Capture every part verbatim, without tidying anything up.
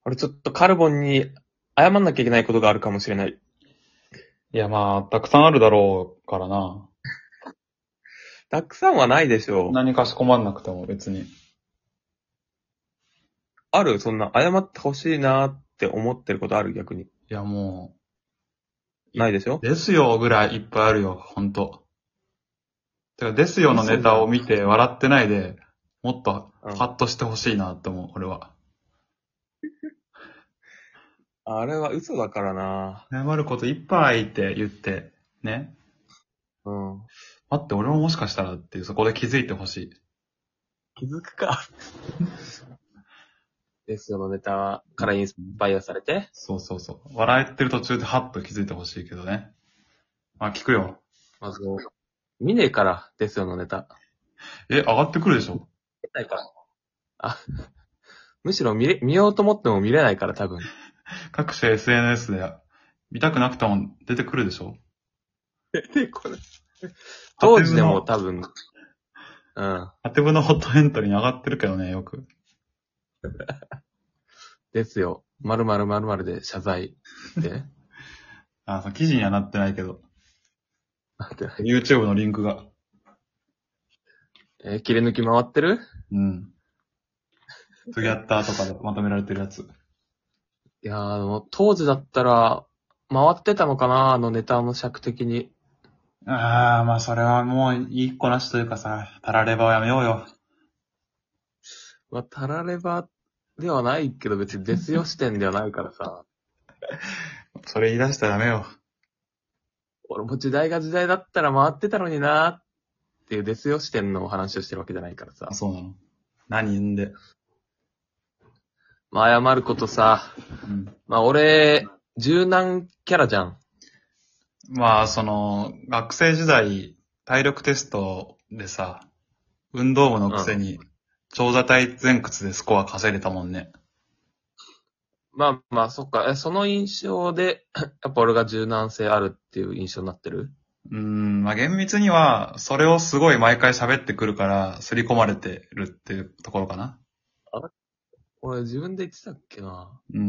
俺ちょっとカルボンに謝んなきゃいけないことがあるかもしれない。 いや、まあ、たくさんあるだろうからな。 たくさんはないでしょう。 何かしこまんなくても別に。 あるそんな謝ってほしいなーって思ってることある逆に。 いや、もう、 ないでしょですよぐらいいっぱいあるよ、ほんと。てか、ですよのネタを見て笑ってないで、もっと、 うんハッとしてほしいなって思う、俺は。 あれは嘘だからな。 謝ることいっぱいって言って、ね。 うん。 待って、俺ももしかしたらっていう、そこで気づいてほしい。 気づくか。ですよのネタからインスパイアされて。 そうそうそう。笑えてる途中でハッと気づいてほしいけどね。まあ、聞くよ。 まず、見ねえから、ですよのネタ。 え、上がってくるでしょ？ 見ないから。あ、むしろ見れ、見ようと思っても見れないから多分。 各種 エスエヌエス で見たくなくても出てくるでしょ？ で、これ。当時でも多分、うん。 ハテブのホットエントリーに上がってるけどね、よく。 ですよ。〇〇〇〇で謝罪って。 あ、そう、記事にはなってないけど。 なんてない YouTube のリンクが。 えー切り抜き回ってるうん。ツギャッターとかでまとめられてるやつ。 いやー、あの、当時だったら、回ってたのかなあのネタの尺的に。 ああ、まあそれはもう一個なしというかさ、たらればをやめようよ。 まあ、たらればではないけど別にですよ視点ではないからさ。 それ言い出したらダメよ。 俺も時代が時代だったら回ってたのになーっていうですよ視点のお話をしてるわけじゃないからさあ、。そうなの。何言うんで。 まあ謝ることさ。 うん。 まあ俺、柔軟キャラじゃん。 まあ、その、学生時代、体力テストでさ、運動部のくせに、長座体前屈でスコア稼いでたもんね。 まあまあ、そっか。え、その印象で、やっぱ俺が柔軟性あるっていう印象になってるうーん、まあ厳密には、それをすごい毎回喋ってくるから、刷り込まれてるっていうところかな。 俺自分で言ってたっけな。 うん。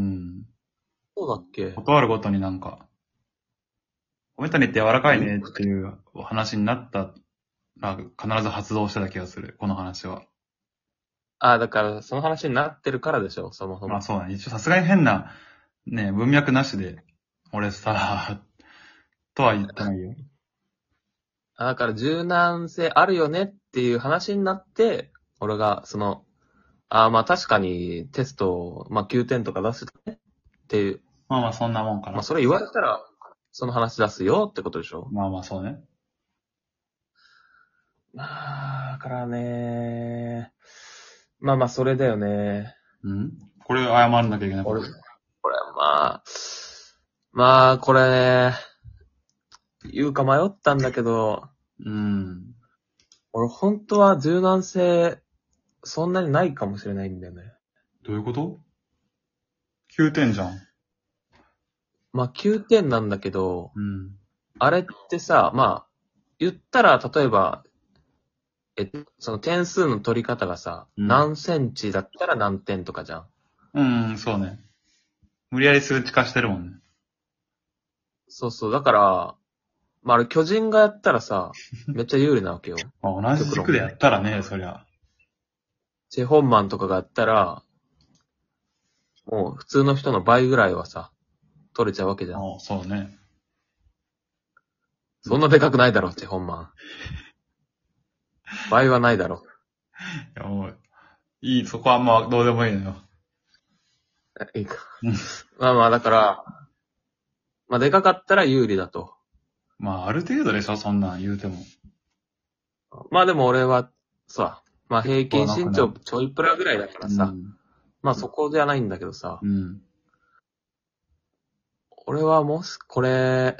そうだっけ断るごとになんか、米谷って柔らかいねっていう話になったら、必ず発動してた気がする、この話は。 ああ、だからその話になってるからでしょ、そもそも。 まあそうだね。一応さすがに変な、ね、文脈なしで、俺さ、とは言ってないよ。 あだから柔軟性あるよねっていう話になって、俺がその、ああまあ確かにテスト、まあきゅうてんとか出せたねっていう、 まあまあそんなもんかな。 まあそれ言われたら、その話出すよってことでしょ。 まあまあそうね。 まあ、だからね、まあまあそれだよね。 うんこれ謝らなきゃいけないこ俺、 と。 これまあ、まあこれね、言うか迷ったんだけど、 うん。 俺本当は柔軟性、そんなにないかもしれないんだよね。 どういうこと ?きゅう 点じゃん。 まあきゅうてんなんだけど、 うん。 あれってさ、まあ、言ったら例えば、え、その点数の取り方がさ、 うん何センチだったら何点とかじゃん。 うん、そうね。無理やり数値化してるもんね。 そうそう、だから、まああれ巨人がやったらさ、めっちゃ有利なわけよ。 まあ、同じ軸でやったらね、そりゃ。 チェホンマンとかがやったら、もう普通の人の倍ぐらいはさ、取れちゃうわけじゃん。 ああ、そうね。 そんなでかくないだろ、チェホンマン。倍はないだろ。 いや、もう、いい、そこはあんまどうでもいいのよ。 いいかうん。 まあまあ、だから、まあでかかったら有利だと。 まあ、ある程度でしょ、そんなん言うても。 まあでも俺は、さ、まあ平均身長ちょいプラぐらいだからさ、 うん。 まあそこじゃないんだけどさ、 うん。 俺はもし、これ、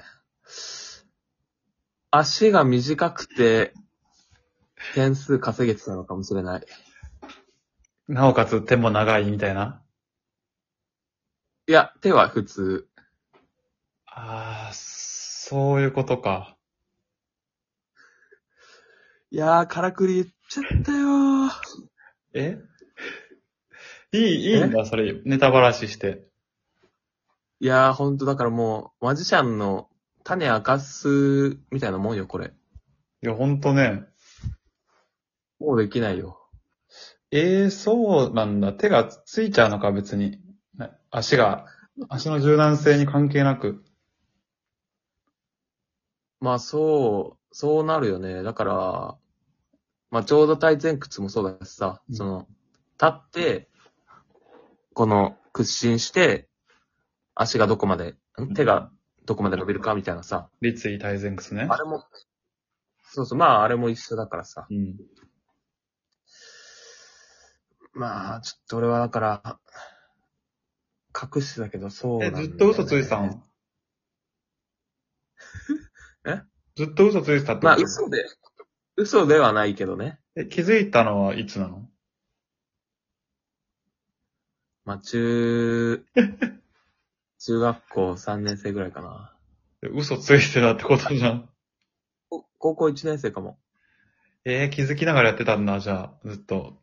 足が短くて、点数稼げてたのかもしれない。 なおかつ手も長いみたいな。 いや、手は普通。 ああ、そういうことか。 いやー、からくり言っちゃったよー。 えいい、いいんだ、それ、ネタばらしして。 いやー、ほんとだからもう、マジシャンの種明かすみたいなもんよ、これ。 いや、ほんとね。 もうできないよ。 ええー、そうなんだ。手がついちゃうのか、別に。な足が、足の柔軟性に関係なく。 まあそう、そうなるよね。だから、まあ長座体前屈もそうだしさ、 うんその、立って、この屈伸して、足がどこまで、ん手がどこまで伸びるかみたいなさ。 立位体前屈ね。 あれも、そうそう、まああれも一緒だからさ。 うん。 まあ、ちょっと俺はだから、隠してたけどそうえ、 なんだよね。 ずっと嘘ついてたの？ えずっと嘘ついてたってまあこと？ 嘘で、嘘ではないけどね。 え、気づいたのはいつなの？ まあ中、中学校さんねん生ぐらいかな。 え嘘ついてたってことじゃん。 こ高校いちねん生かも。 えー、気づきながらやってたんだ、じゃあ、ずっと。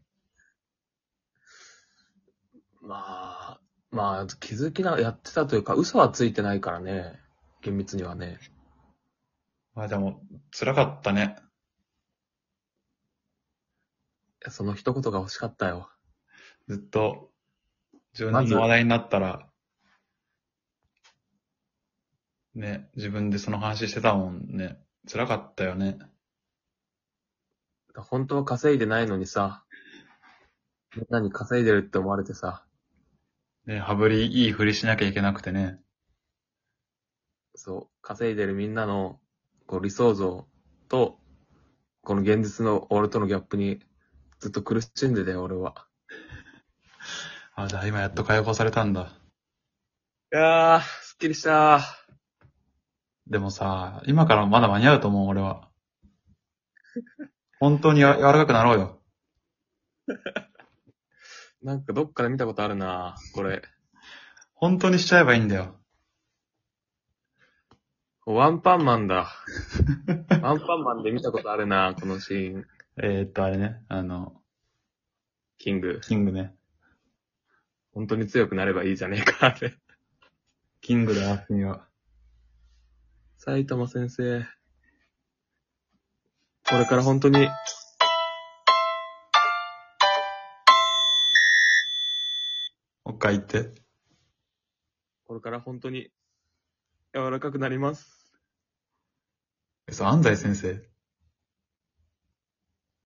まあ、まあ気づきな、やってたというか、嘘はついてないからね。厳密にはね。 まあでも、辛かったね。 いやその一言が欲しかったよ。 ずっと、柔まず、 軟の話題になったら、ね、自分でその話してたもんね。辛かったよね。 本当は稼いでないのにさ、みんなに稼いでるって思われてさ、 ね、羽振り、いい振りしなきゃいけなくてね。 そう、稼いでるみんなの、こう理想像と、この現実の俺とのギャップに、ずっと苦しんでたよ、俺は。 あ、じゃあ今やっと解放されたんだ。 いやー、すっきりしたー。 でもさ、今からまだ間に合うと思う、俺は。本当にや柔らかくなろうよ。 なんかどっかで見たことあるなこれ。 本当にしちゃえばいいんだよ。 ワンパンマンだ。ワンパンマンで見たことあるなこのシーン。 えーっと、あれね、あの、 キング。 キングね。 本当に強くなればいいじゃねえかって。 キングだよ、君は。 埼玉先生。これから本当に、 もう一回言って。 これから本当に柔らかくなります。 え、そう、安西先生。